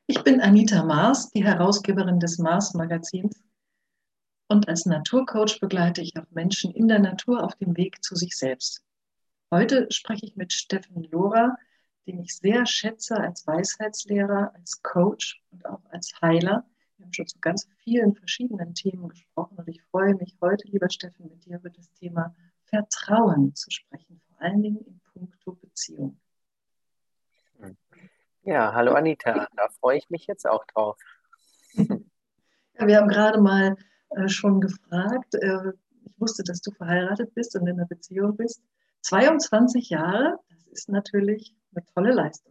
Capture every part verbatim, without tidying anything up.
Ich bin Anita Maas, die Herausgeberin des Maas-Magazins, und als Naturcoach begleite ich auch Menschen in der Natur auf dem Weg zu sich selbst. Heute spreche ich mit Steffen Lohrer, den ich sehr schätze als Weisheitslehrer, als Coach und auch als Heiler. Wir haben schon zu ganz vielen verschiedenen Themen gesprochen und ich freue mich heute, lieber Steffen, mit dir über das Thema Vertrauen zu sprechen, vor allen Dingen in puncto Beziehung. Ja, hallo Anita, da freue ich mich jetzt auch drauf. Ja, wir haben gerade mal äh, schon gefragt. Äh, ich wusste, dass du verheiratet bist und in einer Beziehung bist. zweiundzwanzig Jahre, das ist natürlich eine tolle Leistung.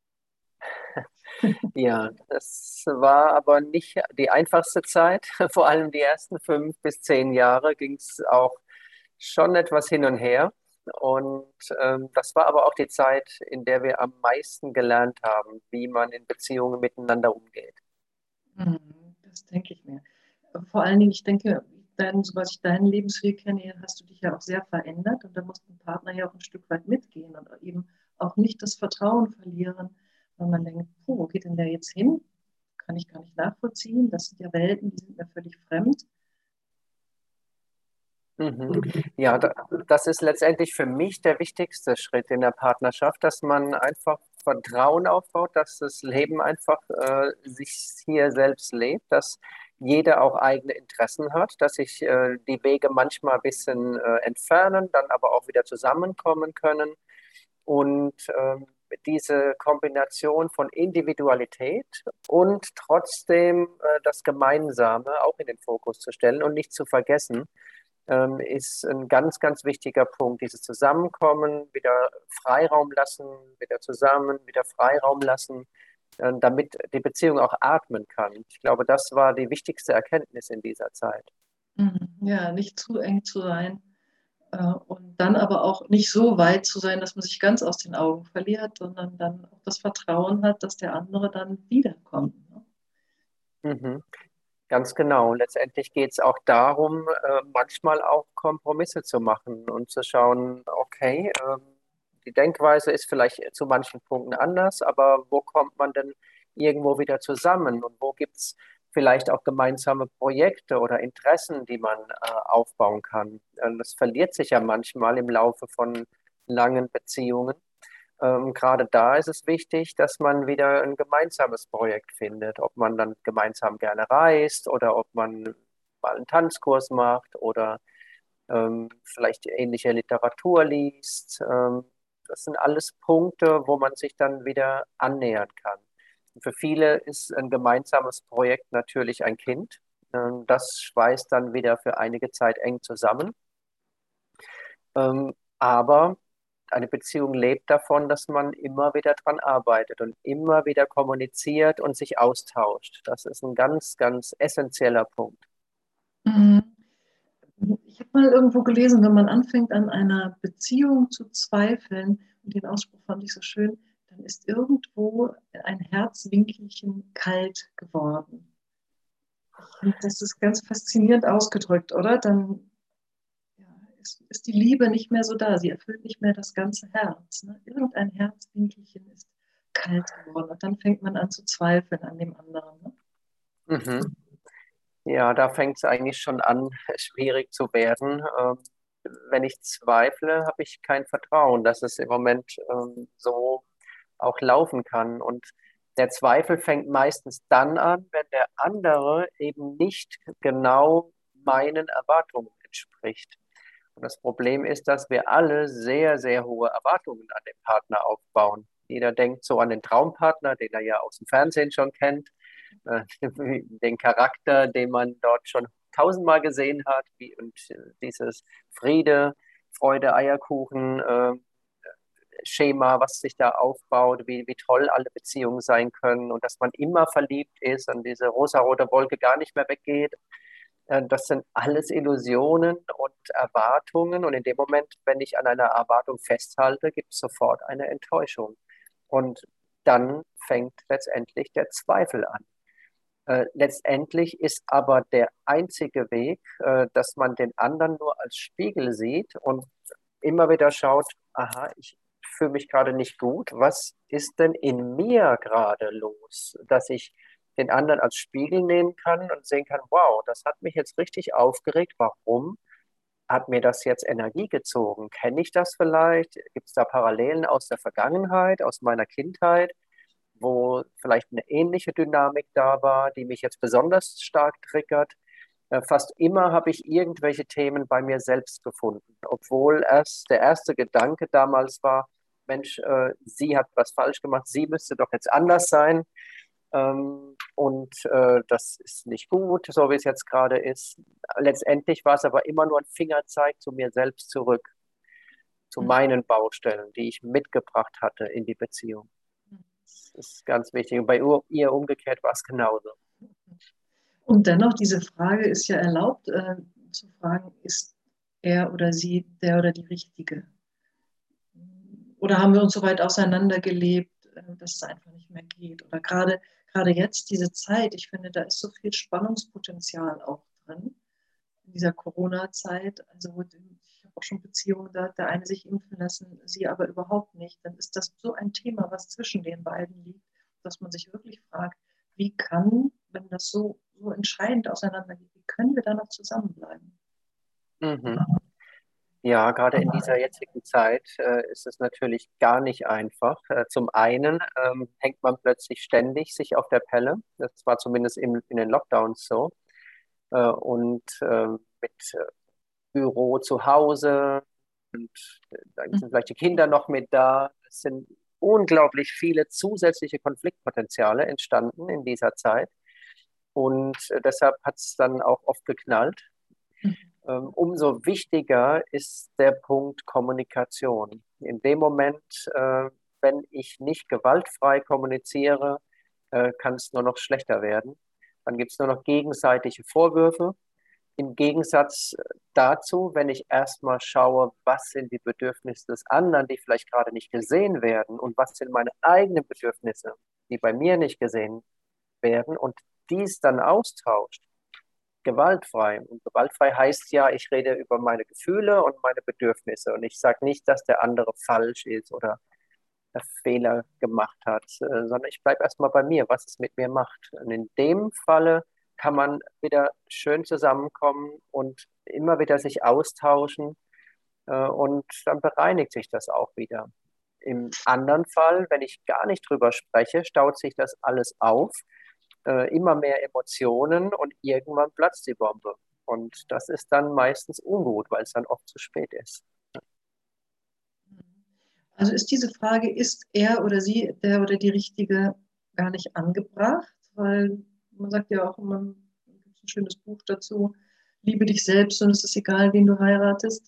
Ja, das war aber nicht die einfachste Zeit. Vor allem die ersten fünf bis zehn Jahre ging es auch schon etwas hin und her. Und ähm, das war aber auch die Zeit, in der wir am meisten gelernt haben, wie man in Beziehungen miteinander umgeht. Mhm, das denke ich mir. Vor allen Dingen, ich denke, dein, soweit ich deinen Lebensweg kenne, hast du dich ja auch sehr verändert und da muss ein Partner ja auch ein Stück weit mitgehen und eben auch nicht das Vertrauen verlieren, weil man denkt, puh, wo geht denn der jetzt hin? Kann ich gar nicht nachvollziehen. Das sind ja Welten, die sind mir völlig fremd. Mhm. Ja, da, das ist letztendlich für mich der wichtigste Schritt in der Partnerschaft, dass man einfach Vertrauen aufbaut, dass das Leben einfach äh, sich hier selbst lebt, dass jeder auch eigene Interessen hat, dass sich äh, die Wege manchmal ein bisschen äh, entfernen, dann aber auch wieder zusammenkommen können. Und ähm, diese Kombination von Individualität und trotzdem äh, das Gemeinsame auch in den Fokus zu stellen und nicht zu vergessen, ähm, ist ein ganz, ganz wichtiger Punkt. Dieses Zusammenkommen, wieder Freiraum lassen, wieder zusammen, wieder Freiraum lassen, äh, damit die Beziehung auch atmen kann. Ich glaube, das war die wichtigste Erkenntnis in dieser Zeit. Mhm. Ja, nicht zu eng zu sein äh, und dann aber auch nicht so weit zu sein, dass man sich ganz aus den Augen verliert, sondern dann auch das Vertrauen hat, dass der andere dann wiederkommt. Ne? Mhm. Ganz genau. Und letztendlich geht es auch darum, äh, manchmal auch Kompromisse zu machen und zu schauen, okay, ähm, die Denkweise ist vielleicht zu manchen Punkten anders, aber wo kommt man denn irgendwo wieder zusammen und wo gibt es vielleicht auch gemeinsame Projekte oder Interessen, die man äh, aufbauen kann? Äh, das verliert sich ja manchmal im Laufe von langen Beziehungen. Ähm, gerade da ist es wichtig, dass man wieder ein gemeinsames Projekt findet, ob man dann gemeinsam gerne reist oder ob man mal einen Tanzkurs macht oder ähm, vielleicht ähnliche Literatur liest. Ähm, das sind alles Punkte, wo man sich dann wieder annähern kann. Und für viele ist ein gemeinsames Projekt natürlich ein Kind. Ähm, das schweißt dann wieder für einige Zeit eng zusammen. Ähm, aber eine Beziehung lebt davon, dass man immer wieder dran arbeitet und immer wieder kommuniziert und sich austauscht. Das ist ein ganz, ganz essentieller Punkt. Mhm. Ich habe mal irgendwo gelesen, wenn man anfängt an einer Beziehung zu zweifeln, und den Ausspruch fand ich so schön, dann ist irgendwo ein Herzwinkelchen kalt geworden. Ich finde, das ist ganz faszinierend ausgedrückt, oder? Dann ja, ist, ist die Liebe nicht mehr so da. Sie erfüllt nicht mehr das ganze Herz. Ne? Irgendein Herzwinkelchen ist kalt geworden. Und dann fängt man an zu zweifeln an dem anderen. Ne? Mhm. Ja, da fängt es eigentlich schon an, schwierig zu werden. Ähm, wenn ich zweifle, habe ich kein Vertrauen, dass es im Moment ähm, so auch laufen kann. Und der Zweifel fängt meistens dann an, wenn der andere eben nicht genau meinen Erwartungen entspricht. Und das Problem ist, dass wir alle sehr, sehr hohe Erwartungen an den Partner aufbauen. Jeder denkt so an den Traumpartner, den er ja aus dem Fernsehen schon kennt, äh, den Charakter, den man dort schon tausendmal gesehen hat, wie, und äh, dieses Friede, Freude, Eierkuchen, äh, Schema, was sich da aufbaut, wie, wie toll alle Beziehungen sein können und dass man immer verliebt ist und diese rosarote Wolke gar nicht mehr weggeht. Äh, Das sind alles Illusionen und Erwartungen. Und in dem Moment, wenn ich an einer Erwartung festhalte, gibt es sofort eine Enttäuschung. Und dann fängt letztendlich der Zweifel an. Äh, letztendlich ist aber der einzige Weg, äh, dass man den anderen nur als Spiegel sieht und immer wieder schaut, aha, ich fühle mich gerade nicht gut. Was ist denn in mir gerade los, dass ich den anderen als Spiegel nehmen kann und sehen kann, wow, das hat mich jetzt richtig aufgeregt. Warum hat mir das jetzt Energie gezogen? Kenne ich das vielleicht? Gibt es da Parallelen aus der Vergangenheit, aus meiner Kindheit, wo vielleicht eine ähnliche Dynamik da war, die mich jetzt besonders stark triggert? Äh, Fast immer habe ich irgendwelche Themen bei mir selbst gefunden, obwohl erst der erste Gedanke damals war, Mensch, äh, sie hat was falsch gemacht, sie müsste doch jetzt anders sein. Ähm, und äh, das ist nicht gut, so wie es jetzt gerade ist. Letztendlich war es aber immer nur ein Fingerzeig zu mir selbst zurück, zu meinen Baustellen, die ich mitgebracht hatte in die Beziehung. Das ist ganz wichtig. Und bei ihr umgekehrt war es genauso. Und dennoch, diese Frage ist ja erlaubt, äh, zu fragen, ist er oder sie der oder die Richtige? Oder haben wir uns so weit auseinandergelebt, äh, dass es einfach nicht mehr geht? Oder gerade, gerade jetzt, diese Zeit, ich finde, da ist so viel Spannungspotenzial auch drin, in dieser Corona-Zeit. Also ich habe auch schon Beziehungen, da hat der eine sich impfen lassen, sie aber überhaupt nicht. Dann ist das so ein Thema, was zwischen den beiden liegt, dass man sich wirklich fragt, wie kann, wenn das so, so entscheidend auseinandergeht, wie können wir da noch zusammenbleiben? Mhm. Ja, gerade in dieser jetzigen Zeit äh, ist es natürlich gar nicht einfach. Äh, zum einen ähm, hängt man plötzlich ständig sich auf der Pelle. Das war zumindest im, in den Lockdowns so. Äh, und äh, mit äh, Büro zu Hause und äh, dann sind vielleicht die Kinder noch mit da. Es sind unglaublich viele zusätzliche Konfliktpotenziale entstanden in dieser Zeit. Und äh, deshalb hat es dann auch oft geknallt. Ähm, umso wichtiger ist der Punkt Kommunikation. In dem Moment, äh, wenn ich nicht gewaltfrei kommuniziere, äh, kann es nur noch schlechter werden. Dann gibt es nur noch gegenseitige Vorwürfe. Im Gegensatz dazu, wenn ich erstmal schaue, was sind die Bedürfnisse des anderen, die vielleicht gerade nicht gesehen werden, und was sind meine eigenen Bedürfnisse, die bei mir nicht gesehen werden, und dies dann austauscht, gewaltfrei. Und gewaltfrei heißt ja, ich rede über meine Gefühle und meine Bedürfnisse. Und ich sage nicht, dass der andere falsch ist oder Fehler gemacht hat, äh, sondern ich bleibe erstmal bei mir, was es mit mir macht. Und in dem Falle kann man wieder schön zusammenkommen und immer wieder sich austauschen, äh, und dann bereinigt sich das auch wieder. Im anderen Fall, wenn ich gar nicht drüber spreche, staut sich das alles auf, äh, immer mehr Emotionen, und irgendwann platzt die Bombe. Und das ist dann meistens ungut, weil es dann oft zu spät ist. Also ist diese Frage, ist er oder sie der oder die Richtige, gar nicht angebracht? Weil man sagt ja auch immer, es gibt ein schönes Buch dazu, liebe dich selbst und es ist egal, wen du heiratest.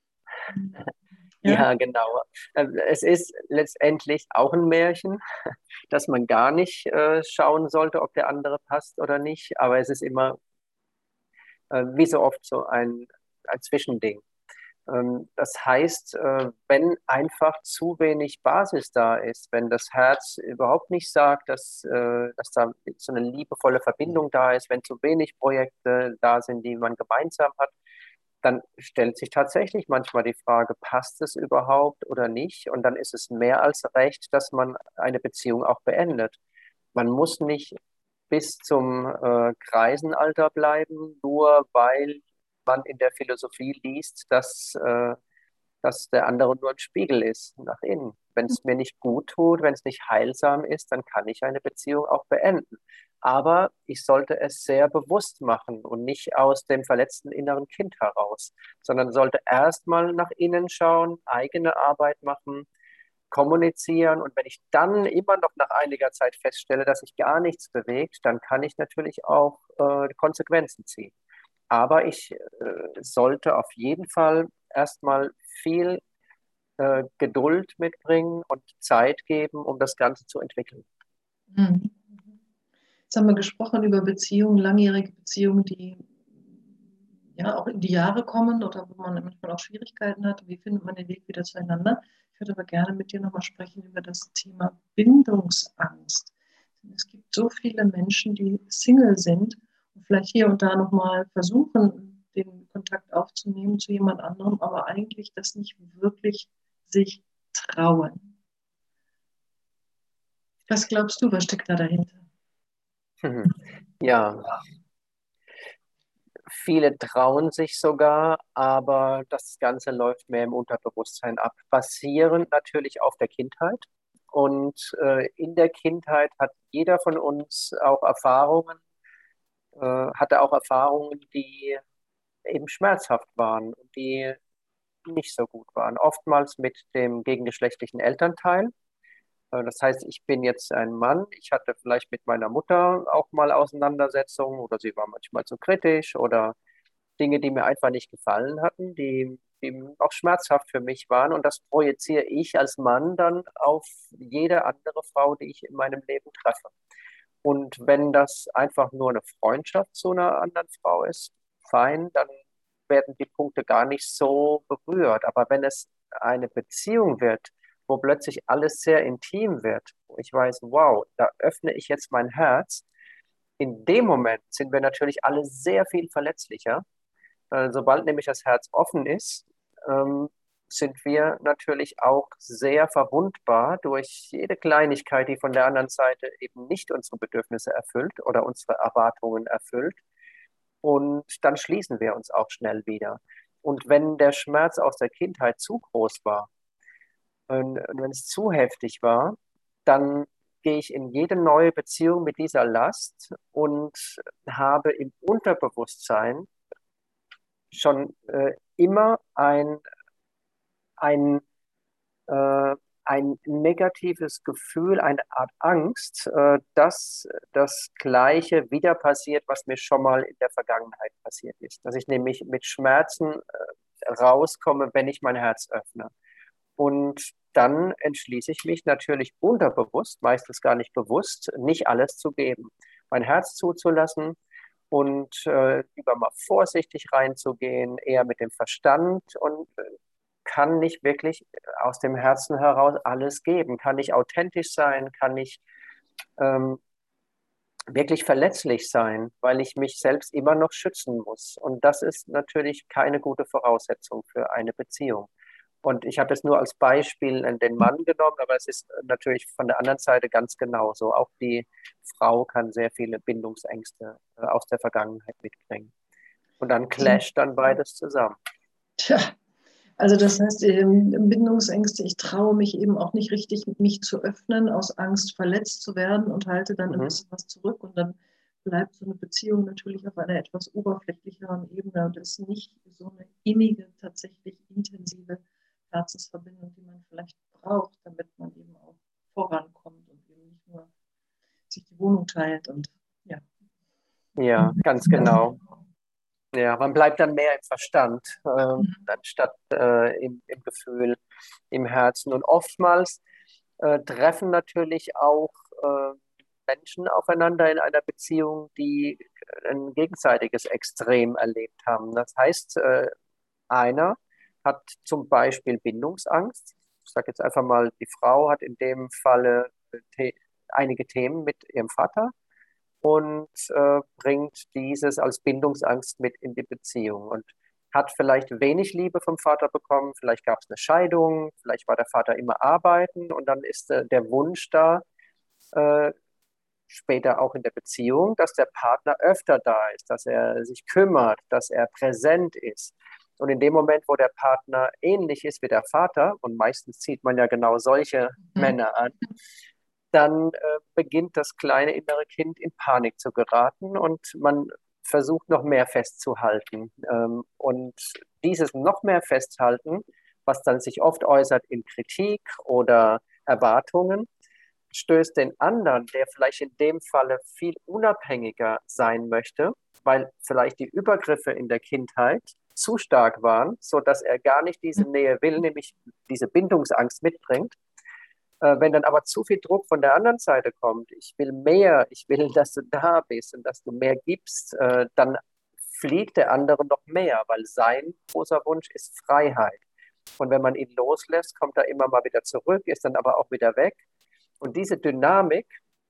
Ja. Ja, genau. Äh, Es ist letztendlich auch ein Märchen, dass man gar nicht äh, schauen sollte, ob der andere passt oder nicht. Aber es ist immer, äh, wie so oft, so ein, ein Zwischending. Ähm, das heißt, äh, wenn einfach zu wenig Basis da ist, wenn das Herz überhaupt nicht sagt, dass, äh, dass da so eine liebevolle Verbindung da ist, wenn zu wenig Projekte da sind, die man gemeinsam hat, dann stellt sich tatsächlich manchmal die Frage, passt es überhaupt oder nicht? Und dann ist es mehr als recht, dass man eine Beziehung auch beendet. Man muss nicht bis zum äh, Greisenalter bleiben, nur weil man in der Philosophie liest, dass, äh, dass der andere nur ein Spiegel ist nach innen. Wenn es mir nicht gut tut, wenn es nicht heilsam ist, dann kann ich eine Beziehung auch beenden. Aber ich sollte es sehr bewusst machen und nicht aus dem verletzten inneren Kind heraus, sondern sollte erstmal nach innen schauen, eigene Arbeit machen, kommunizieren. Und wenn ich dann immer noch nach einiger Zeit feststelle, dass sich gar nichts bewegt, dann kann ich natürlich auch äh, Konsequenzen ziehen. Aber ich äh, sollte auf jeden Fall erstmal viel äh, Geduld mitbringen und Zeit geben, um das Ganze zu entwickeln. Mhm. Jetzt haben wir gesprochen über Beziehungen, langjährige Beziehungen, die ja auch in die Jahre kommen oder wo man manchmal auch Schwierigkeiten hat. Wie findet man den Weg wieder zueinander? Ich würde aber gerne mit dir nochmal sprechen über das Thema Bindungsangst. Es gibt so viele Menschen, die Single sind und vielleicht hier und da nochmal versuchen, den Kontakt aufzunehmen zu jemand anderem, aber eigentlich das nicht wirklich sich trauen. Was glaubst du, was steckt da dahinter? Ja, viele trauen sich sogar, aber das Ganze läuft mehr im Unterbewusstsein ab, basierend natürlich auf der Kindheit. Und äh, in der Kindheit hat jeder von uns auch Erfahrungen, äh, hatte auch Erfahrungen, die eben schmerzhaft waren und die nicht so gut waren. Oftmals mit dem gegengeschlechtlichen Elternteil. Äh, Das heißt, ich bin jetzt ein Mann. Ich hatte vielleicht mit meiner Mutter auch mal Auseinandersetzungen oder sie war manchmal zu kritisch oder Dinge, die mir einfach nicht gefallen hatten, die, die auch schmerzhaft für mich waren. Und das projiziere ich als Mann dann auf jede andere Frau, die ich in meinem Leben treffe. Und wenn das einfach nur eine Freundschaft zu einer anderen Frau ist, fein, dann werden die Punkte gar nicht so berührt. Aber wenn es eine Beziehung wird, wo plötzlich alles sehr intim wird, wo ich weiß, wow, da öffne ich jetzt mein Herz, in dem Moment sind wir natürlich alle sehr viel verletzlicher. Äh, Sobald nämlich das Herz offen ist, ähm, sind wir natürlich auch sehr verwundbar durch jede Kleinigkeit, die von der anderen Seite eben nicht unsere Bedürfnisse erfüllt oder unsere Erwartungen erfüllt. Und dann schließen wir uns auch schnell wieder. Und wenn der Schmerz aus der Kindheit zu groß war und wenn es zu heftig war, dann gehe ich in jede neue Beziehung mit dieser Last und habe im Unterbewusstsein schon äh, immer ein, ein, äh, ein negatives Gefühl, eine Art Angst, äh, dass das Gleiche wieder passiert, was mir schon mal in der Vergangenheit passiert ist. Dass ich nämlich mit Schmerzen äh, rauskomme, wenn ich mein Herz öffne. Und dann entschließe ich mich natürlich unterbewusst, meistens gar nicht bewusst, nicht alles zu geben. Mein Herz zuzulassen und äh, lieber mal vorsichtig reinzugehen, eher mit dem Verstand und äh, kann nicht wirklich aus dem Herzen heraus alles geben, kann nicht authentisch sein, kann nicht ähm, wirklich verletzlich sein, weil ich mich selbst immer noch schützen muss. Und das ist natürlich keine gute Voraussetzung für eine Beziehung. Und ich habe es nur als Beispiel den Mann genommen, aber es ist natürlich von der anderen Seite ganz genauso. Auch die Frau kann sehr viele Bindungsängste äh, aus der Vergangenheit mitbringen. Und dann Also, clasht dann beides zusammen. tja, also das heißt, ähm, Bindungsängste, ich traue mich eben auch nicht richtig, mich zu öffnen, aus Angst verletzt zu werden und halte dann ein Mhm. bisschen was zurück und dann bleibt so eine Beziehung natürlich auf einer etwas oberflächlicheren Ebene und ist nicht so eine innige, tatsächlich intensive Herzensverbindung, die man vielleicht braucht, damit man eben auch vorankommt und eben nicht nur sich die Wohnung teilt und ja. Ja, ganz genau. Ja, man bleibt dann mehr im Verstand, äh, anstatt äh, im, im Gefühl, im Herzen. Und oftmals äh, treffen natürlich auch äh, Menschen aufeinander in einer Beziehung, die ein gegenseitiges Extrem erlebt haben. Das heißt, äh, einer hat zum Beispiel Bindungsangst. Ich sage jetzt einfach mal, die Frau hat in dem Falle äh, the einige Themen mit ihrem Vater und äh, bringt dieses als Bindungsangst mit in die Beziehung und hat vielleicht wenig Liebe vom Vater bekommen, vielleicht gab es eine Scheidung, vielleicht war der Vater immer arbeiten und dann ist äh, der Wunsch da, äh, später auch in der Beziehung, dass der Partner öfter da ist, dass er sich kümmert, dass er präsent ist. Und in dem Moment, wo der Partner ähnlich ist wie der Vater, und meistens zieht man ja genau solche Männer an, dann äh, beginnt das kleine innere Kind in Panik zu geraten und man versucht noch mehr festzuhalten. Ähm, und dieses noch mehr Festhalten, was dann sich oft äußert in Kritik oder Erwartungen, stößt den anderen, der vielleicht in dem Falle viel unabhängiger sein möchte, weil vielleicht die Übergriffe in der Kindheit zu stark waren, sodass er gar nicht diese Nähe will, nämlich diese Bindungsangst mitbringt. Äh, wenn dann aber zu viel Druck von der anderen Seite kommt, ich will mehr, ich will, dass du da bist und dass du mehr gibst, äh, dann fliegt der andere noch mehr, weil sein großer Wunsch ist Freiheit. Und wenn man ihn loslässt, kommt er immer mal wieder zurück, ist dann aber auch wieder weg. Und diese Dynamik,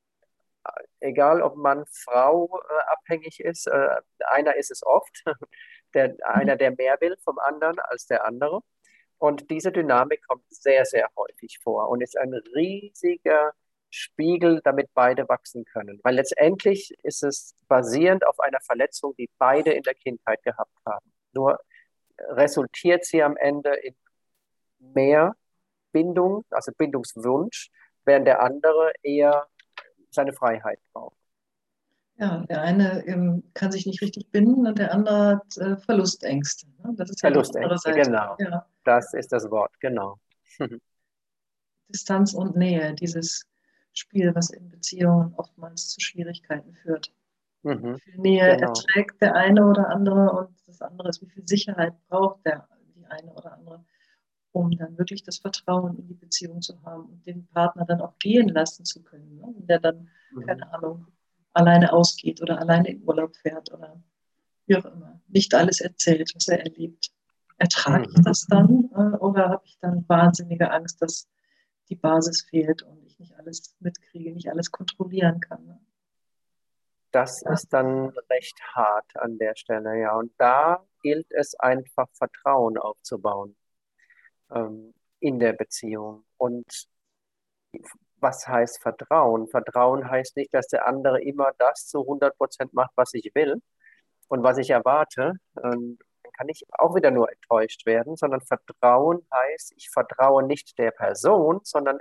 egal ob Mann, Frau äh, abhängig ist, äh, einer ist es oft, der, einer, der mehr will vom anderen als der andere. Und diese Dynamik kommt sehr, sehr häufig vor und ist ein riesiger Spiegel, damit beide wachsen können. Weil letztendlich ist es basierend auf einer Verletzung, die beide in der Kindheit gehabt haben. Nur resultiert sie am Ende in mehr Bindung, also Bindungswunsch, während der andere eher seine Freiheit braucht. Ja, der eine ähm, kann sich nicht richtig binden und der andere hat äh, Verlustängste. Ne? Das ist ja die andere Verlustängste, Seite. genau. Ja. Das ist das Wort, genau. Distanz und Nähe, dieses Spiel, was in Beziehungen oftmals zu Schwierigkeiten führt. Wie Mhm, viel Nähe genau. erträgt der eine oder andere und das andere ist, wie viel Sicherheit braucht der die eine oder andere, um dann wirklich das Vertrauen in die Beziehung zu haben und den Partner dann auch gehen lassen zu können. Ne? Wenn der dann, Mhm. keine Ahnung, alleine ausgeht oder alleine in Urlaub fährt oder wie auch immer, nicht alles erzählt, was er erlebt. Ertrage ich Mhm. das dann äh, oder habe ich dann wahnsinnige Angst, dass die Basis fehlt und ich nicht alles mitkriege, nicht alles kontrollieren kann? Ne? Das ist dann recht hart an der Stelle, ja. Und da gilt es einfach, Vertrauen aufzubauen, ähm, in der Beziehung. Und was heißt Vertrauen? Vertrauen heißt nicht, dass der andere immer das zu hundert Prozent macht, was ich will und was ich erwarte. Ähm, dann kann ich auch wieder nur enttäuscht werden, sondern Vertrauen heißt, ich vertraue nicht der Person, sondern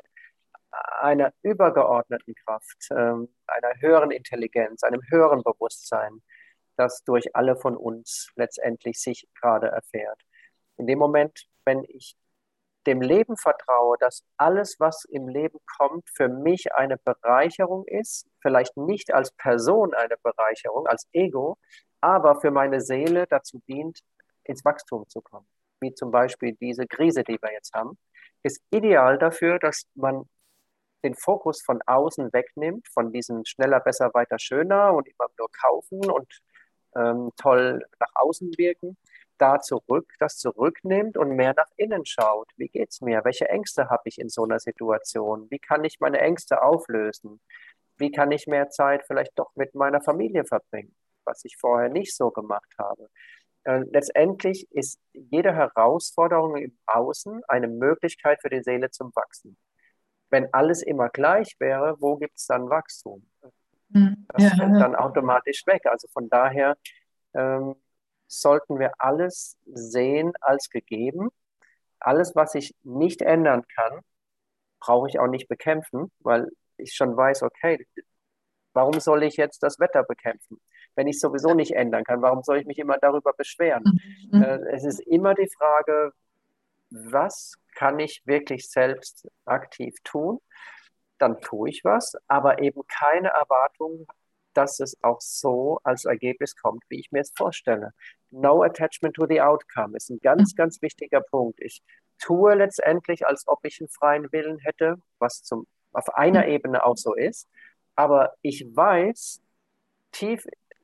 einer übergeordneten Kraft, ähm, einer höheren Intelligenz, einem höheren Bewusstsein, das durch alle von uns letztendlich sich gerade erfährt. In dem Moment, wenn ich dem Leben vertraue, dass alles, was im Leben kommt, für mich eine Bereicherung ist, vielleicht nicht als Person eine Bereicherung, als Ego, aber für meine Seele dazu dient, ins Wachstum zu kommen. Wie zum Beispiel diese Krise, die wir jetzt haben, ist ideal dafür, dass man den Fokus von außen wegnimmt, von diesem schneller, besser, weiter, schöner und immer nur kaufen und ähm, toll nach außen wirken, da zurück, das zurücknimmt und mehr nach innen schaut. Wie geht's mir? Welche Ängste habe ich in so einer Situation? Wie kann ich meine Ängste auflösen? Wie kann ich mehr Zeit vielleicht doch mit meiner Familie verbringen, was ich vorher nicht so gemacht habe? Äh, letztendlich ist jede Herausforderung im Außen eine Möglichkeit für die Seele zum Wachsen. Wenn alles immer gleich wäre, wo gibt es dann Wachstum? Mhm. Ja, Das fällt ja. dann automatisch weg. Also von daher ähm, sollten wir alles sehen als gegeben. Alles, was ich nicht ändern kann, brauche ich auch nicht bekämpfen, weil ich schon weiß, okay, warum soll ich jetzt das Wetter bekämpfen? Wenn ich sowieso nicht ändern kann, warum soll ich mich immer darüber beschweren? Mhm. Äh, es ist immer die Frage, was kann ich wirklich selbst aktiv tun? Dann tue ich was, aber eben keine Erwartung, dass es auch so als Ergebnis kommt, wie ich mir es vorstelle. No attachment to the outcome ist ein ganz, Mhm. ganz wichtiger Punkt. Ich tue letztendlich, als ob ich einen freien Willen hätte, was zum, auf einer Ebene auch so ist, aber ich weiß, tief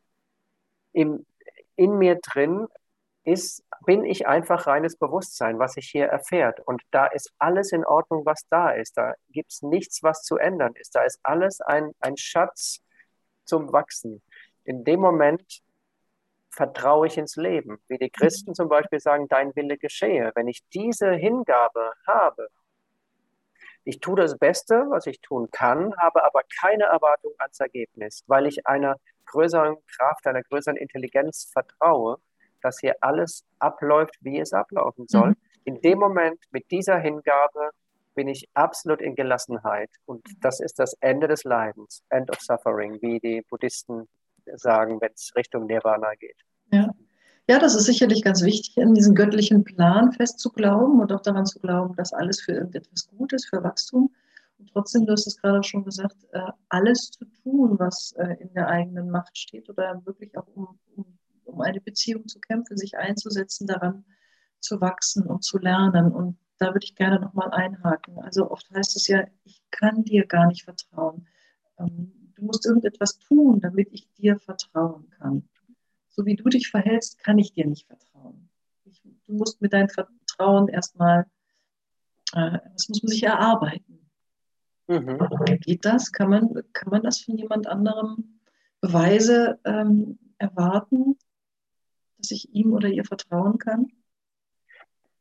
im, in mir drin ist, bin ich einfach reines Bewusstsein, was sich hier erfährt. Und da ist alles in Ordnung, was da ist. Da gibt es nichts, was zu ändern ist. Da ist alles ein, ein Schatz zum Wachsen. In dem Moment vertraue ich ins Leben. Wie die Christen zum Beispiel sagen, dein Wille geschehe. Wenn ich diese Hingabe habe, ich tue das Beste, was ich tun kann, habe aber keine Erwartung ans Ergebnis, weil ich einer größeren Kraft, einer größeren Intelligenz vertraue, dass hier alles abläuft, wie es ablaufen Mhm. soll. In dem Moment mit dieser Hingabe bin ich absolut in Gelassenheit. Und das ist das Ende des Leidens, End of Suffering, wie die Buddhisten sagen, wenn es Richtung Nirvana geht. Ja. Ja, das ist sicherlich ganz wichtig, in diesen göttlichen Plan festzuglauben und auch daran zu glauben, dass alles für irgendetwas gut ist, für Wachstum. Und trotzdem, du hast es gerade schon gesagt, äh, alles zu tun, was äh, in der eigenen Macht steht oder wirklich auch um, um, um eine Beziehung zu kämpfen, sich einzusetzen, daran zu wachsen und zu lernen. Und da würde ich gerne nochmal einhaken. Also oft heißt es ja, ich kann dir gar nicht vertrauen. Ähm, Du musst irgendetwas tun, damit ich dir vertrauen kann. So wie du dich verhältst, kann ich dir nicht vertrauen. Ich, du musst mit deinem Vertrauen erstmal, äh, das muss man sich erarbeiten. Mhm. Geht das? Kann man, kann man das von jemand anderem Beweise ähm, erwarten, dass ich ihm oder ihr vertrauen kann?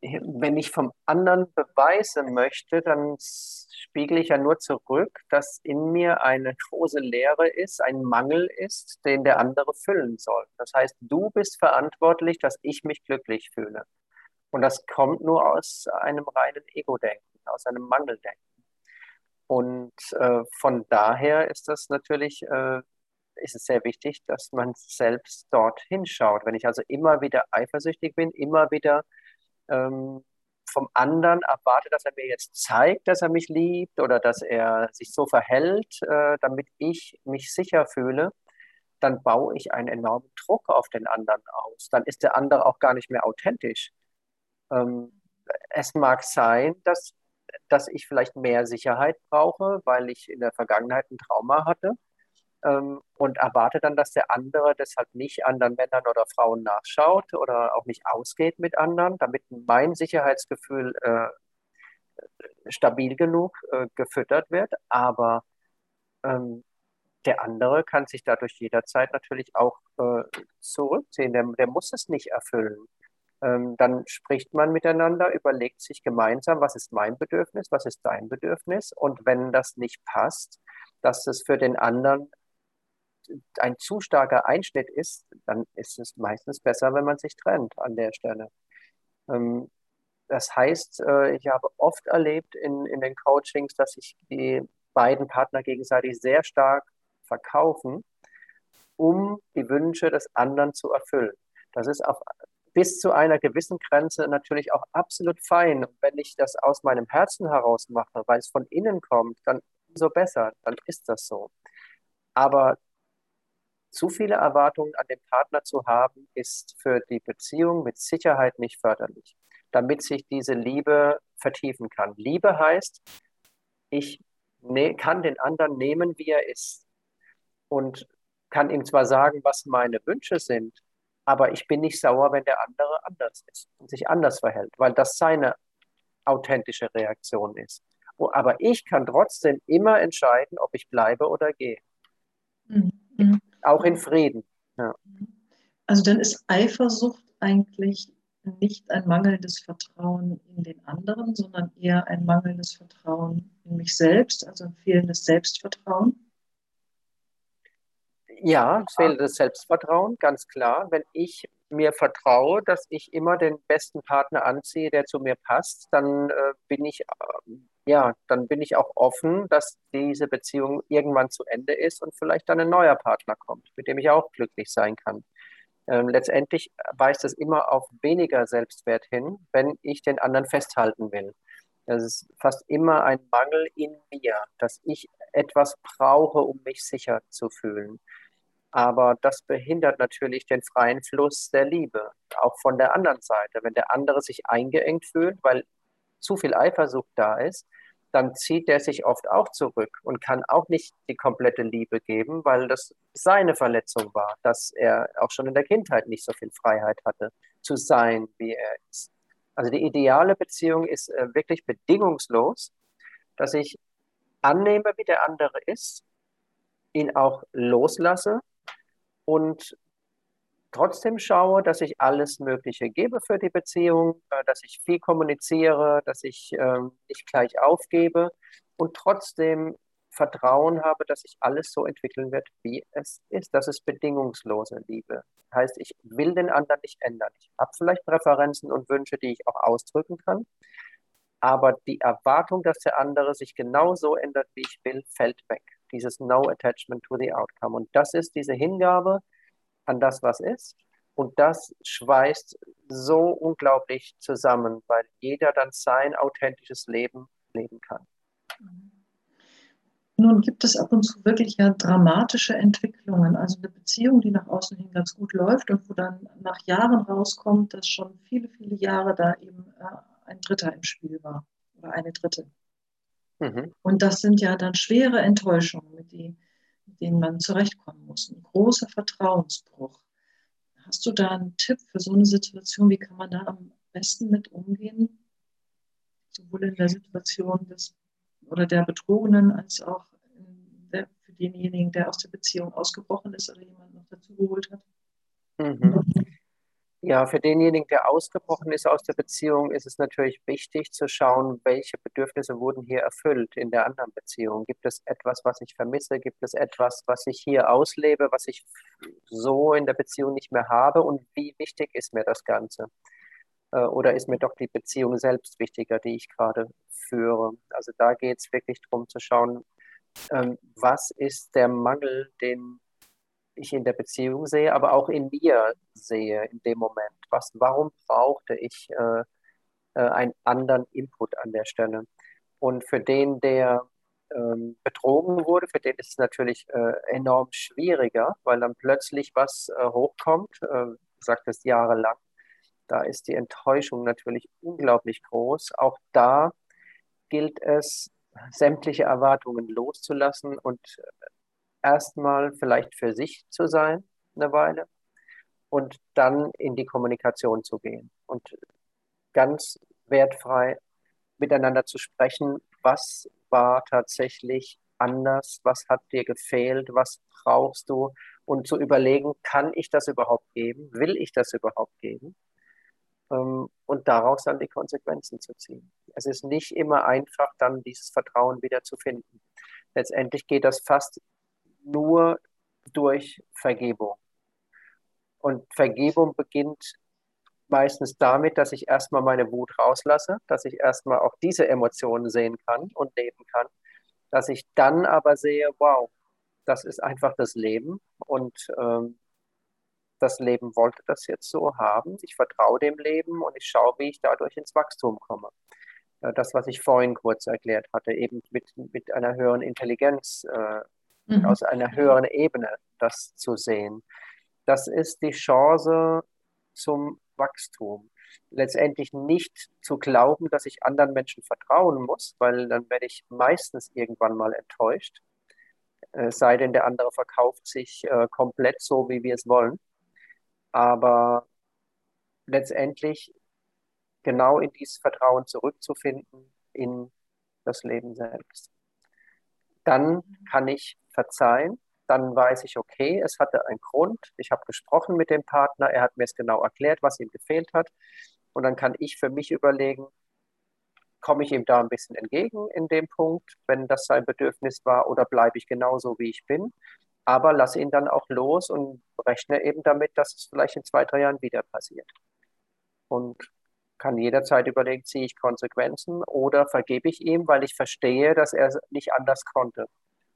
wenn ich vom anderen beweisen möchte, dann spiegele ich ja nur zurück, dass in mir eine große Leere ist, ein Mangel ist, den der andere füllen soll. Das heißt, du bist verantwortlich, dass ich mich glücklich fühle. Und das kommt nur aus einem reinen Ego-Denken, aus einem Mangeldenken. Und äh, von daher ist das natürlich, äh, ist es sehr wichtig, dass man selbst dort hinschaut. Wenn ich also immer wieder eifersüchtig bin, immer wieder ähm, vom anderen erwarte, dass er mir jetzt zeigt, dass er mich liebt oder dass er sich so verhält, äh, damit ich mich sicher fühle, dann baue ich einen enormen Druck auf den anderen aus. Dann ist der andere auch gar nicht mehr authentisch. Ähm, Es mag sein, dass, dass ich vielleicht mehr Sicherheit brauche, weil ich in der Vergangenheit ein Trauma hatte, ähm, und erwarte dann, dass der andere deshalb nicht anderen Männern oder Frauen nachschaut oder auch nicht ausgeht mit anderen, damit mein Sicherheitsgefühl äh, stabil genug äh, gefüttert wird. Aber ähm, der andere kann sich dadurch jederzeit natürlich auch äh, zurückziehen. Der, der muss es nicht erfüllen. Ähm, dann spricht man miteinander, überlegt sich gemeinsam, was ist mein Bedürfnis, was ist dein Bedürfnis. Und wenn das nicht passt, dass es für den anderen ein zu starker Einschnitt ist, dann ist es meistens besser, wenn man sich trennt an der Stelle. Ähm, das heißt, äh, ich habe oft erlebt in, in den Coachings, dass sich die beiden Partner gegenseitig sehr stark verkaufen, um die Wünsche des anderen zu erfüllen. Das ist auf, bis zu einer gewissen Grenze natürlich auch absolut fein. Und wenn ich das aus meinem Herzen heraus mache, weil es von innen kommt, dann umso besser, dann ist das so. Aber zu viele Erwartungen an den Partner zu haben, ist für die Beziehung mit Sicherheit nicht förderlich, damit sich diese Liebe vertiefen kann. Liebe heißt, ich ne kann den anderen nehmen, wie er ist und kann ihm zwar sagen, was meine Wünsche sind, aber ich bin nicht sauer, wenn der andere anders ist und sich anders verhält, weil das seine authentische Reaktion ist. Oh, aber ich kann trotzdem immer entscheiden, ob ich bleibe oder gehe, Mhm. Mhm. auch in Frieden. Ja. Also dann ist Eifersucht eigentlich nicht ein mangelndes Vertrauen in den anderen, sondern eher ein mangelndes Vertrauen in mich selbst, also ein fehlendes Selbstvertrauen. Ja, es fehlt das Selbstvertrauen, ganz klar. Wenn ich mir vertraue, dass ich immer den besten Partner anziehe, der zu mir passt, dann äh, bin ich, äh, ja, dann bin ich auch offen, dass diese Beziehung irgendwann zu Ende ist und vielleicht dann ein neuer Partner kommt, mit dem ich auch glücklich sein kann. Ähm, letztendlich weist es immer auf weniger Selbstwert hin, wenn ich den anderen festhalten will. Das ist fast immer ein Mangel in mir, dass ich etwas brauche, um mich sicher zu fühlen. Aber das behindert natürlich den freien Fluss der Liebe, auch von der anderen Seite. Wenn der andere sich eingeengt fühlt, weil zu viel Eifersucht da ist, dann zieht der sich oft auch zurück und kann auch nicht die komplette Liebe geben, weil das seine Verletzung war, dass er auch schon in der Kindheit nicht so viel Freiheit hatte, zu sein, wie er ist. Also die ideale Beziehung ist äh, wirklich bedingungslos, dass ich annehme, wie der andere ist, ihn auch loslasse und trotzdem schaue, dass ich alles Mögliche gebe für die Beziehung, äh, dass ich viel kommuniziere, dass ich ähm, nicht gleich aufgebe und trotzdem Vertrauen habe, dass sich alles so entwickeln wird, wie es ist. Das ist bedingungslose Liebe. Heißt, ich will den anderen nicht ändern. Ich habe vielleicht Präferenzen und Wünsche, die ich auch ausdrücken kann, aber die Erwartung, dass der andere sich genau so ändert, wie ich will, fällt weg. Dieses No Attachment to the Outcome. Und das ist diese Hingabe an das, was ist. Und das schweißt so unglaublich zusammen, weil jeder dann sein authentisches Leben leben kann. Nun gibt es ab und zu wirklich ja dramatische Entwicklungen, also eine Beziehung, die nach außen hin ganz gut läuft und wo dann nach Jahren rauskommt, dass schon viele, viele Jahre da eben äh, ein Dritter im Spiel war oder eine Dritte. Mhm. Und das sind ja dann schwere Enttäuschungen, mit, die, mit denen man zurechtkommen muss. Ein großer Vertrauensbruch. Hast du da einen Tipp für so eine Situation? Wie kann man da am besten mit umgehen? Sowohl in der Situation des oder der Betrogenen als auch der, für denjenigen, der aus der Beziehung ausgebrochen ist oder jemand noch dazu geholt hat. Mhm. Ja, für denjenigen, der ausgebrochen ist aus der Beziehung, ist es natürlich wichtig zu schauen, welche Bedürfnisse wurden hier erfüllt in der anderen Beziehung. Gibt es etwas, was ich vermisse? Gibt es etwas, was ich hier auslebe, was ich so in der Beziehung nicht mehr habe? Und wie wichtig ist mir das Ganze? Äh, Oder ist mir doch die Beziehung selbst wichtiger, die ich gerade führe? Also da geht es wirklich darum zu schauen, ähm, was ist der Mangel, den ich in der Beziehung sehe, aber auch in mir sehe in dem Moment. Was, warum brauchte ich äh, äh, einen anderen Input an der Stelle? Und für den, der ähm, betrogen wurde, für den ist es natürlich äh, enorm schwieriger, weil dann plötzlich was äh, hochkommt, äh, sagt es jahrelang. Da ist die Enttäuschung natürlich unglaublich groß. Auch da gilt es, sämtliche Erwartungen loszulassen und erstmal vielleicht für sich zu sein, eine Weile, und dann in die Kommunikation zu gehen und ganz wertfrei miteinander zu sprechen, was war tatsächlich anders, was hat dir gefehlt, was brauchst du, und zu überlegen, kann ich das überhaupt geben, will ich das überhaupt geben, ähm, und daraus dann die Konsequenzen zu ziehen. Es ist nicht immer einfach, dann dieses Vertrauen wieder zu finden. Letztendlich geht das fast nur durch Vergebung. Und Vergebung beginnt meistens damit, dass ich erstmal meine Wut rauslasse, dass ich erstmal auch diese Emotionen sehen kann und leben kann, dass ich dann aber sehe, wow, das ist einfach das Leben, und ähm, das Leben wollte das jetzt so haben. Ich vertraue dem Leben und ich schaue, wie ich dadurch ins Wachstum komme. Äh, Das, was ich vorhin kurz erklärt hatte, eben mit, mit einer höheren Intelligenz, äh, Mhm. aus einer höheren Ebene das zu sehen. Das ist die Chance zum Wachstum. Letztendlich nicht zu glauben, dass ich anderen Menschen vertrauen muss, weil dann werde ich meistens irgendwann mal enttäuscht. Es sei denn, der andere verkauft sich äh, komplett so, wie wir es wollen. Aber letztendlich genau in dieses Vertrauen zurückzufinden in das Leben selbst. Dann kann ich verzeihen, dann weiß ich, okay, es hatte einen Grund, ich habe gesprochen mit dem Partner, er hat mir es genau erklärt, was ihm gefehlt hat, und dann kann ich für mich überlegen, komme ich ihm da ein bisschen entgegen in dem Punkt, wenn das sein Bedürfnis war, oder bleibe ich genauso, wie ich bin, aber lasse ihn dann auch los und rechne eben damit, dass es vielleicht in zwei, drei Jahren wieder passiert. Und kann jederzeit überlegen, ziehe ich Konsequenzen oder vergebe ich ihm, weil ich verstehe, dass er nicht anders konnte.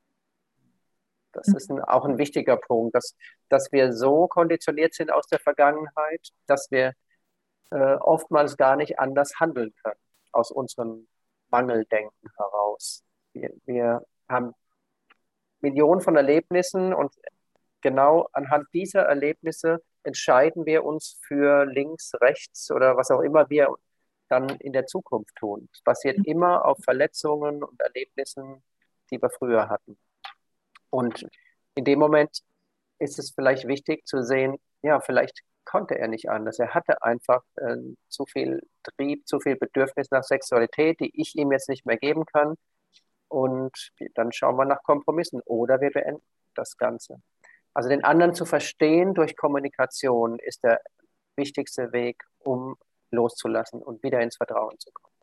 Das ist ein, auch ein wichtiger Punkt, dass, dass wir so konditioniert sind aus der Vergangenheit, dass wir äh, oftmals gar nicht anders handeln können, aus unserem Mangeldenken heraus. Wir, wir haben Millionen von Erlebnissen, und genau anhand dieser Erlebnisse entscheiden wir uns für links, rechts oder was auch immer wir dann in der Zukunft tun. Es basiert immer auf Verletzungen und Erlebnissen, die wir früher hatten. Und in dem Moment ist es vielleicht wichtig zu sehen, ja, vielleicht konnte er nicht anders. Er hatte einfach äh, zu viel Trieb, zu viel Bedürfnis nach Sexualität, die ich ihm jetzt nicht mehr geben kann. Und dann schauen wir nach Kompromissen oder wir beenden das Ganze. Also den anderen zu verstehen durch Kommunikation ist der wichtigste Weg, um loszulassen und wieder ins Vertrauen zu kommen.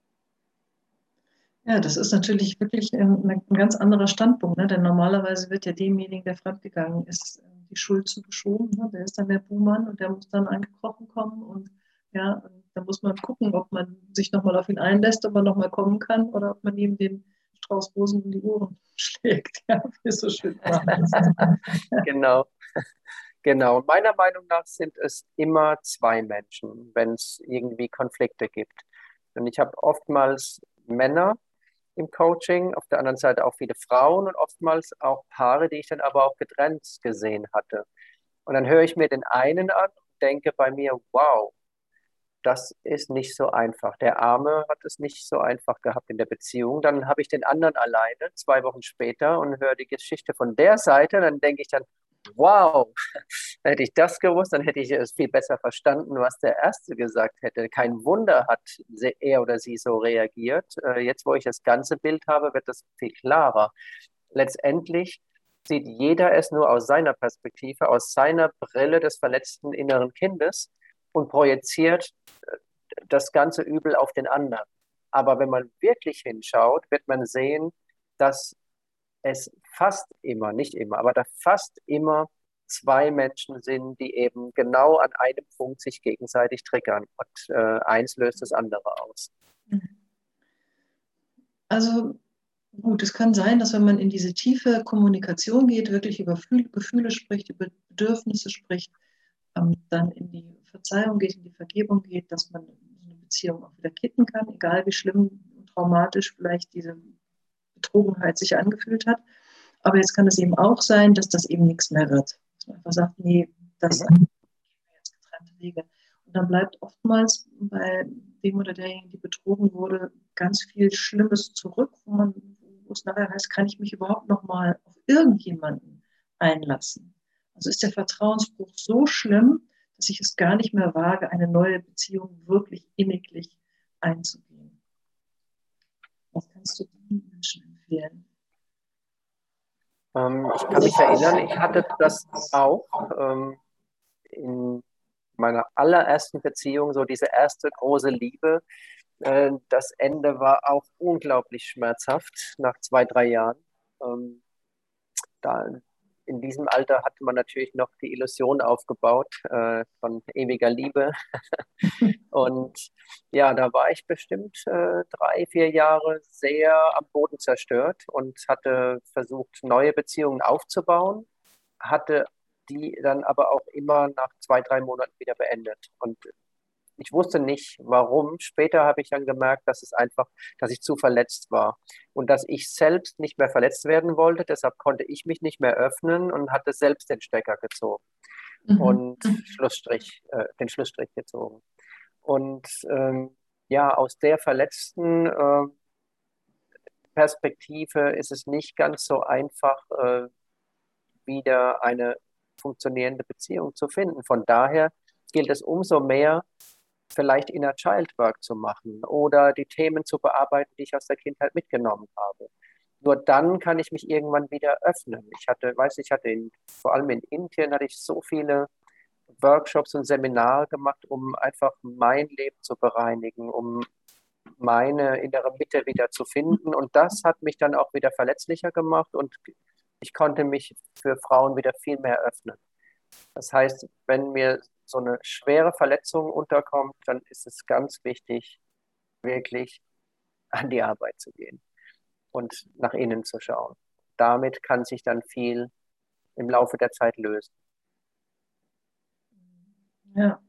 Ja, das ist natürlich wirklich ein, ein ganz anderer Standpunkt, ne? Denn normalerweise wird ja demjenigen, der fremdgegangen ist, die Schuld zugeschoben. Ne? Der ist dann der Buhmann und der muss dann angekrochen kommen. Und ja, da muss man gucken, ob man sich nochmal auf ihn einlässt, ob er nochmal kommen kann oder ob man ihm den Strauß Rosen in die Ohren schlägt, ja, wie es so schön war. Genau. Genau. Meiner Meinung nach sind es immer zwei Menschen, wenn es irgendwie Konflikte gibt. Und ich habe oftmals Männer im Coaching, auf der anderen Seite auch viele Frauen und oftmals auch Paare, die ich dann aber auch getrennt gesehen hatte. Und dann höre ich mir den einen an und denke bei mir, wow, das ist nicht so einfach. Der Arme hat es nicht so einfach gehabt in der Beziehung. Dann habe ich den anderen alleine, zwei Wochen später, und höre die Geschichte von der Seite. Dann denke ich dann, wow, hätte ich das gewusst, dann hätte ich es viel besser verstanden, was der Erste gesagt hätte. Kein Wunder hat er oder sie so reagiert. Äh, Jetzt, wo ich das ganze Bild habe, wird das viel klarer. Letztendlich sieht jeder es nur aus seiner Perspektive, aus seiner Brille des verletzten inneren Kindes. und projiziert das ganze Übel auf den anderen. Aber wenn man wirklich hinschaut, wird man sehen, dass es fast immer, nicht immer, aber da fast immer zwei Menschen sind, die eben genau an einem Punkt sich gegenseitig triggern. Und äh, eins löst das andere aus. Also gut, es kann sein, dass wenn man in diese tiefe Kommunikation geht, wirklich über Gefühle spricht, über Bedürfnisse spricht, ähm, dann in die Verzeihung geht, in die Vergebung geht, dass man so eine Beziehung auch wieder kitten kann, egal wie schlimm und traumatisch vielleicht diese Betrogenheit sich angefühlt hat. Aber jetzt kann es eben auch sein, dass das eben nichts mehr wird. Dass man einfach sagt, nee, das sind jetzt getrennte Wege. Und dann bleibt oftmals bei dem oder derjenigen, die betrogen wurde, ganz viel Schlimmes zurück, wo man, wo es nachher heißt, kann ich mich überhaupt noch mal auf irgendjemanden einlassen? Also ist der Vertrauensbruch so schlimm, dass ich es gar nicht mehr wage, eine neue Beziehung wirklich inniglich einzugehen. Was kannst du den Menschen empfehlen? Ähm, ich kann mich erinnern, ich hatte das auch ähm, in meiner allerersten Beziehung, so diese erste große Liebe. Äh, das Ende war auch unglaublich schmerzhaft nach zwei, drei Jahren. Ähm, da, in diesem Alter hatte man natürlich noch die Illusion aufgebaut äh, von ewiger Liebe. Und ja, da war ich bestimmt äh, drei, vier Jahre sehr am Boden zerstört und hatte versucht, neue Beziehungen aufzubauen, hatte die dann aber auch immer nach zwei, drei Monaten wieder beendet. Und ich wusste nicht, warum. Später habe ich dann gemerkt, dass es einfach, dass ich zu verletzt war und dass ich selbst nicht mehr verletzt werden wollte. Deshalb konnte ich mich nicht mehr öffnen und hatte selbst den Stecker gezogen Mhm. und Schlussstrich, äh, den Schlussstrich gezogen. Und ähm, ja, aus der verletzten äh, Perspektive ist es nicht ganz so einfach, äh, wieder eine funktionierende Beziehung zu finden. Von daher gilt es umso mehr, vielleicht Inner Child Work zu machen oder die Themen zu bearbeiten, die ich aus der Kindheit mitgenommen habe. Nur dann kann ich mich irgendwann wieder öffnen. Ich hatte, weiß ich hatte in, vor allem in Indien hatte ich so viele Workshops und Seminare gemacht, um einfach mein Leben zu bereinigen, um meine innere Mitte wieder zu finden. Und das hat mich dann auch wieder verletzlicher gemacht und ich konnte mich für Frauen wieder viel mehr öffnen. Das heißt, wenn mir so eine schwere Verletzung unterkommt, dann ist es ganz wichtig, wirklich an die Arbeit zu gehen und nach innen zu schauen. Damit kann sich dann viel im Laufe der Zeit lösen. Ja.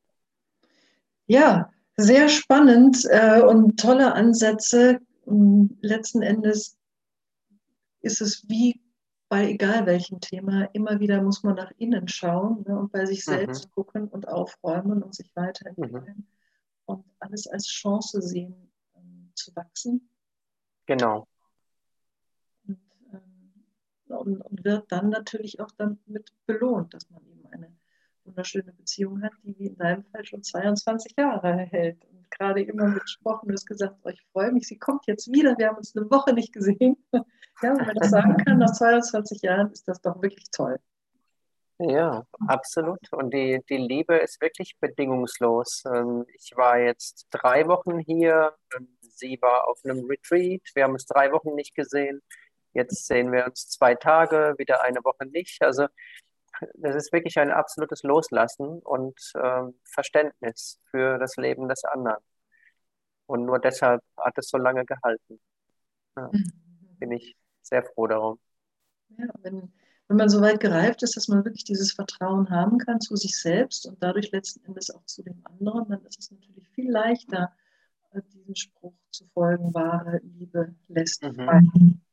Ja, sehr spannend äh, und tolle Ansätze. Letzten Endes ist es wie bei egal welchem Thema, immer wieder muss man nach innen schauen, ne, und bei sich Mhm. selbst gucken und aufräumen und sich Mhm. weiterentwickeln und alles als Chance sehen, ähm, zu wachsen. Genau. Und, ähm, und, und wird dann natürlich auch damit belohnt, dass man eben eine wunderschöne Beziehung hat, die wie in deinem Fall schon zweiundzwanzig Jahre hält. Und gerade immer gesprochen, du hast gesagt, oh, ich freue mich, sie kommt jetzt wieder, wir haben uns eine Woche nicht gesehen. Ja, wenn man das sagen kann, nach zweiundzwanzig Jahren ist das doch wirklich toll. Ja, absolut. Und die, die Liebe ist wirklich bedingungslos. Ähm, Ich war jetzt drei Wochen hier, ähm, sie war auf einem Retreat. Wir haben uns drei Wochen nicht gesehen. Jetzt sehen wir uns zwei Tage, wieder eine Woche nicht. Also das ist wirklich ein absolutes Loslassen und ähm, Verständnis für das Leben des anderen. Und nur deshalb hat es so lange gehalten. Ja, bin ich sehr froh darum. Ja, wenn, wenn man so weit gereift ist, dass man wirklich dieses Vertrauen haben kann zu sich selbst und dadurch letzten Endes auch zu dem anderen, dann ist es natürlich viel leichter, diesem Spruch zu folgen, wahre Liebe lässt Mhm. frei.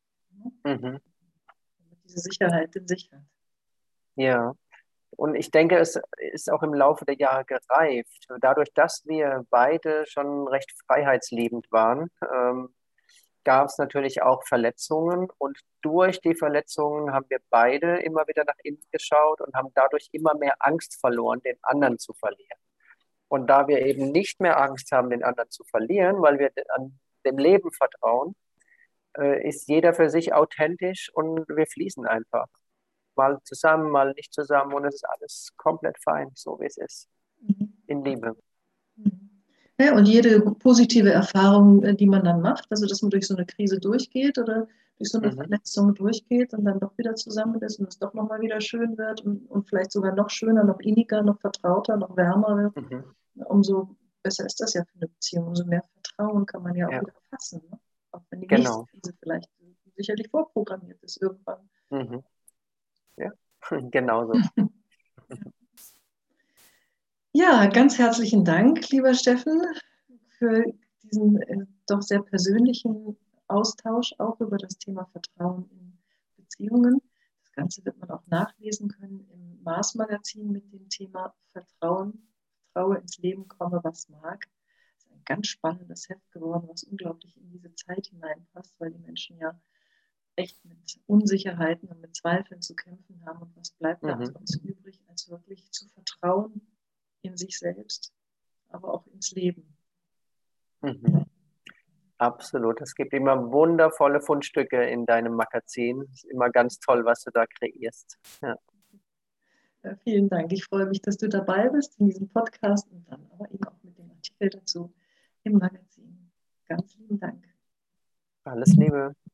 Mhm. Diese Sicherheit in sich hat. Ja. Und ich denke, es ist auch im Laufe der Jahre gereift. Dadurch, dass wir beide schon recht freiheitsliebend waren, ähm, gab es natürlich auch Verletzungen. Und durch die Verletzungen haben wir beide immer wieder nach innen geschaut und haben dadurch immer mehr Angst verloren, den anderen zu verlieren. Und da wir eben nicht mehr Angst haben, den anderen zu verlieren, weil wir an dem Leben vertrauen, äh, ist jeder für sich authentisch und wir fließen einfach mal zusammen, mal nicht zusammen und es ist alles komplett fein, so wie es ist. in Liebe. Ja, und jede positive Erfahrung, äh, die man dann macht, also dass man durch so eine Krise durchgeht oder durch so eine Mhm. Verletzung durchgeht und dann doch wieder zusammen ist und es doch nochmal wieder schön wird und, und vielleicht sogar noch schöner, noch inniger, noch vertrauter, noch wärmer wird, Mhm. umso besser ist das ja für eine Beziehung. Umso mehr Vertrauen kann man ja auch Ja, wieder fassen. Ne? Auch wenn die nächste genau. Krise vielleicht sicherlich vorprogrammiert ist irgendwann. Mhm. Ja, genau so. Ja, ganz herzlichen Dank, lieber Steffen, für diesen äh, doch sehr persönlichen Austausch auch über das Thema Vertrauen in Beziehungen. Das Ganze wird man auch nachlesen können im Mars-Magazin mit dem Thema Vertrauen, Vertraue ins Leben, komme was mag. Das ist ein ganz spannendes Heft geworden, was unglaublich in diese Zeit hineinpasst, weil die Menschen ja echt mit Unsicherheiten und mit Zweifeln zu kämpfen haben. Und was bleibt da Mhm. uns übrig, als wirklich zu vertrauen in sich selbst, aber auch ins Leben. Mhm. Absolut. Es gibt immer wundervolle Fundstücke in deinem Magazin. Es ist immer ganz toll, was du da kreierst. Ja. Ja, vielen Dank. Ich freue mich, dass du dabei bist in diesem Podcast und dann aber eben auch mit dem Artikel dazu im Magazin. Ganz lieben Dank. Alles Liebe.